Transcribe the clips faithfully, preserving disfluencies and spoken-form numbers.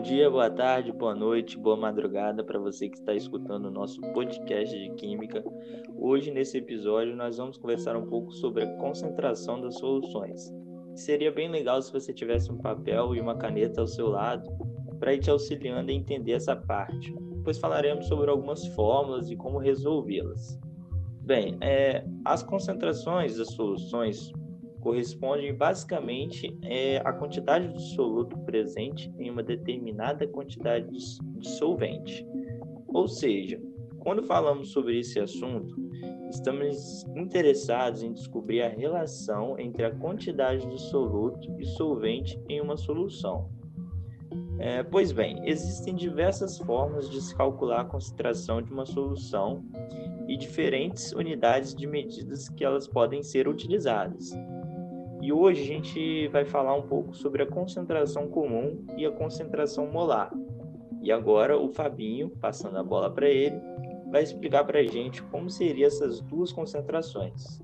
dia, boa tarde, boa noite, boa madrugada para você que está escutando o nosso podcast de Química. Hoje, nesse episódio, nós vamos conversar um pouco sobre a concentração das soluções. Seria bem legal se você tivesse um papel e uma caneta ao seu lado para ir te auxiliando a entender essa parte, pois falaremos sobre algumas fórmulas e como resolvê-las. Bem, é, as concentrações das soluções correspondem basicamente é, à quantidade do soluto presente em uma determinada quantidade de solvente. Ou seja, quando falamos sobre esse assunto, estamos interessados em descobrir a relação entre a quantidade de soluto e solvente em uma solução. É, pois bem, existem diversas formas de se calcular a concentração de uma solução e diferentes unidades de medidas que elas podem ser utilizadas. E hoje a gente vai falar um pouco sobre a concentração comum e a concentração molar. E agora o Fabinho, passando a bola para ele, vai explicar para a gente como seriam essas duas concentrações.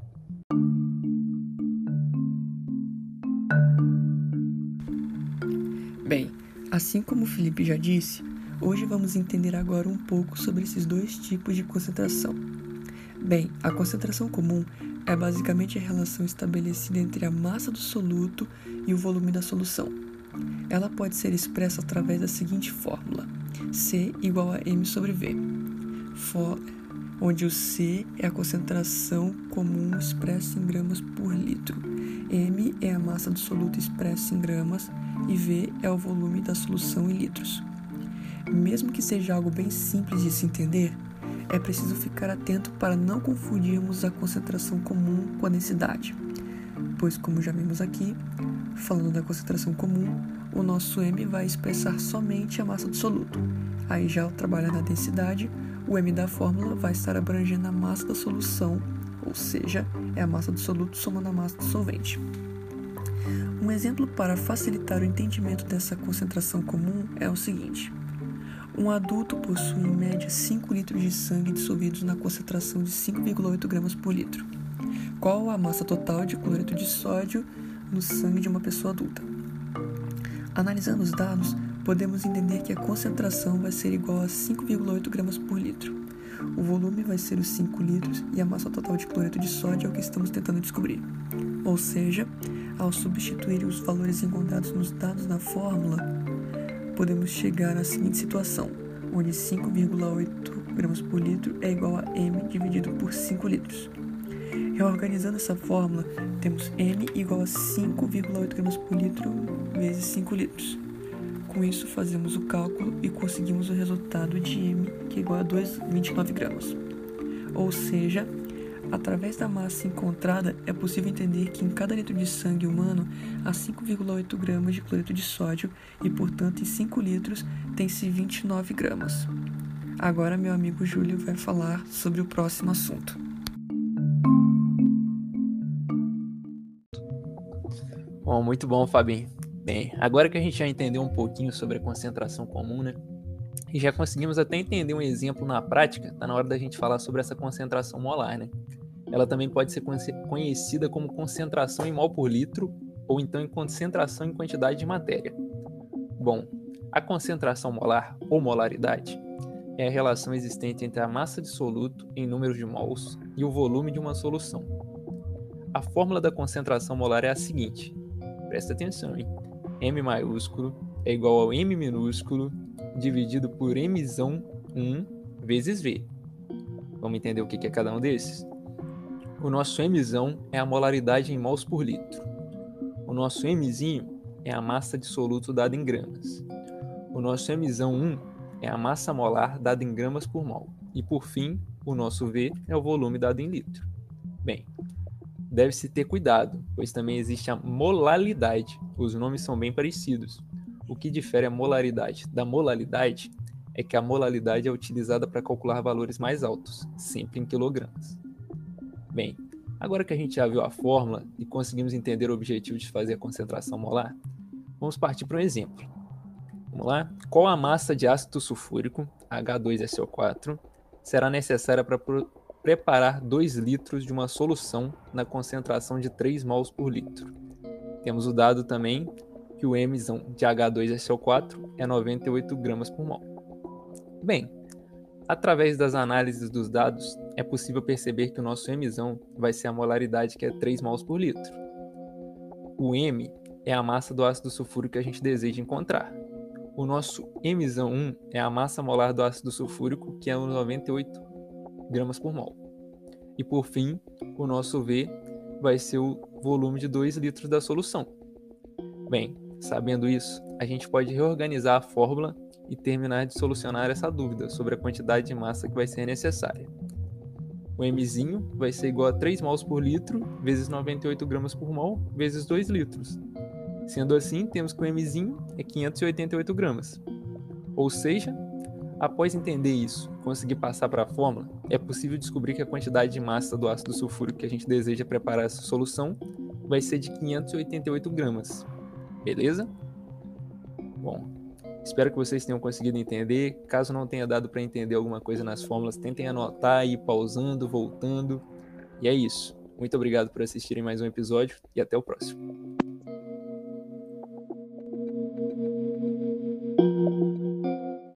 Bem, assim como o Felipe já disse, hoje vamos entender agora um pouco sobre esses dois tipos de concentração. Bem, a concentração comum é basicamente a relação estabelecida entre a massa do soluto e o volume da solução. Ela pode ser expressa através da seguinte fórmula: C igual a M sobre V, For, onde o C é a concentração comum expressa em gramas por litro, M é a massa do soluto expressa em gramas e V é o volume da solução em litros. Mesmo que seja algo bem simples de se entender, é preciso ficar atento para não confundirmos a concentração comum com a densidade, pois, como já vimos aqui, falando da concentração comum, o nosso M vai expressar somente a massa do soluto. Aí, já ao trabalhar na densidade, o M da fórmula vai estar abrangendo a massa da solução, ou seja, é a massa do soluto somando a massa do solvente. Um exemplo para facilitar o entendimento dessa concentração comum é o seguinte: um adulto possui em média cinco litros de sangue dissolvidos na concentração de cinco vírgula oito gramas por litro. Qual a massa total de cloreto de sódio no sangue de uma pessoa adulta? Analisando os dados, podemos entender que a concentração vai ser igual a cinco vírgula oito gramas por litro. O volume vai ser os cinco litros e a massa total de cloreto de sódio é o que estamos tentando descobrir. Ou seja, ao substituir os valores encontrados nos dados da fórmula, podemos chegar à seguinte situação, onde cinco vírgula oito gramas por litro é igual a M dividido por cinco litros. Reorganizando essa fórmula, temos M igual a cinco vírgula oito gramas por litro vezes cinco litros. Com isso, fazemos o cálculo e conseguimos o resultado de M, que é igual a dois vírgula vinte e nove gramas. Ou seja, através da massa encontrada, é possível entender que em cada litro de sangue humano há cinco vírgula oito gramas de cloreto de sódio e, portanto, em cinco litros tem-se vinte e nove gramas. Agora, meu amigo Júlio vai falar sobre o próximo assunto. Bom, muito bom, Fabinho. Bem, agora que a gente já entendeu um pouquinho sobre a concentração comum, né? E já conseguimos até entender um exemplo na prática, tá na hora da gente falar sobre essa concentração molar, né? Ela também pode ser conhecida como concentração em mol por litro ou então em concentração em quantidade de matéria. Bom, a concentração molar ou molaridade é a relação existente entre a massa de soluto em número de mols e o volume de uma solução. A fórmula da concentração molar é a seguinte, presta atenção, hein? M maiúsculo é igual ao M minúsculo dividido por Mzão um vezes V. Vamos entender o que é cada um desses? O nosso Mzão é a molaridade em mols por litro. O nosso Mzinho é a massa de soluto dada em gramas. O nosso Mzão um é a massa molar dada em gramas por mol. E por fim, o nosso V é o volume dado em litro. Bem, deve-se ter cuidado, pois também existe a molalidade. Os nomes são bem parecidos. O que difere a molaridade da molalidade é que a molalidade é utilizada para calcular valores mais altos, sempre em quilogramas. Bem, agora que a gente já viu a fórmula e conseguimos entender o objetivo de fazer a concentração molar, vamos partir para um exemplo. Vamos lá? Qual a massa de ácido sulfúrico, H dois S O quatro, será necessária para pro- preparar dois litros de uma solução na concentração de três mols por litro? Temos o dado também que o M de H dois S O quatro é noventa e oito gramas por mol. Bem, através das análises dos dados, é possível perceber que o nosso Mzão vai ser a molaridade, que é três mols por litro. O M é a massa do ácido sulfúrico que a gente deseja encontrar. O nosso Mzão um é a massa molar do ácido sulfúrico, que é noventa e oito gramas por mol. E por fim, o nosso V vai ser o volume de dois litros da solução. Bem, sabendo isso, a gente pode reorganizar a fórmula e terminar de solucionar essa dúvida sobre a quantidade de massa que vai ser necessária. O Mzinho vai ser igual a três mols por litro vezes noventa e oito gramas por mol vezes dois litros. Sendo assim, temos que o Mzinho é quinhentos e oitenta e oito gramas. Ou seja, após entender isso e conseguir passar para a fórmula, é possível descobrir que a quantidade de massa do ácido sulfúrico que a gente deseja preparar essa solução vai ser de quinhentos e oitenta e oito gramas. Beleza? Bom, espero que vocês tenham conseguido entender. Caso não tenha dado para entender alguma coisa nas fórmulas, tentem anotar, ir pausando, voltando. E é isso. Muito obrigado por assistirem mais um episódio e até o próximo.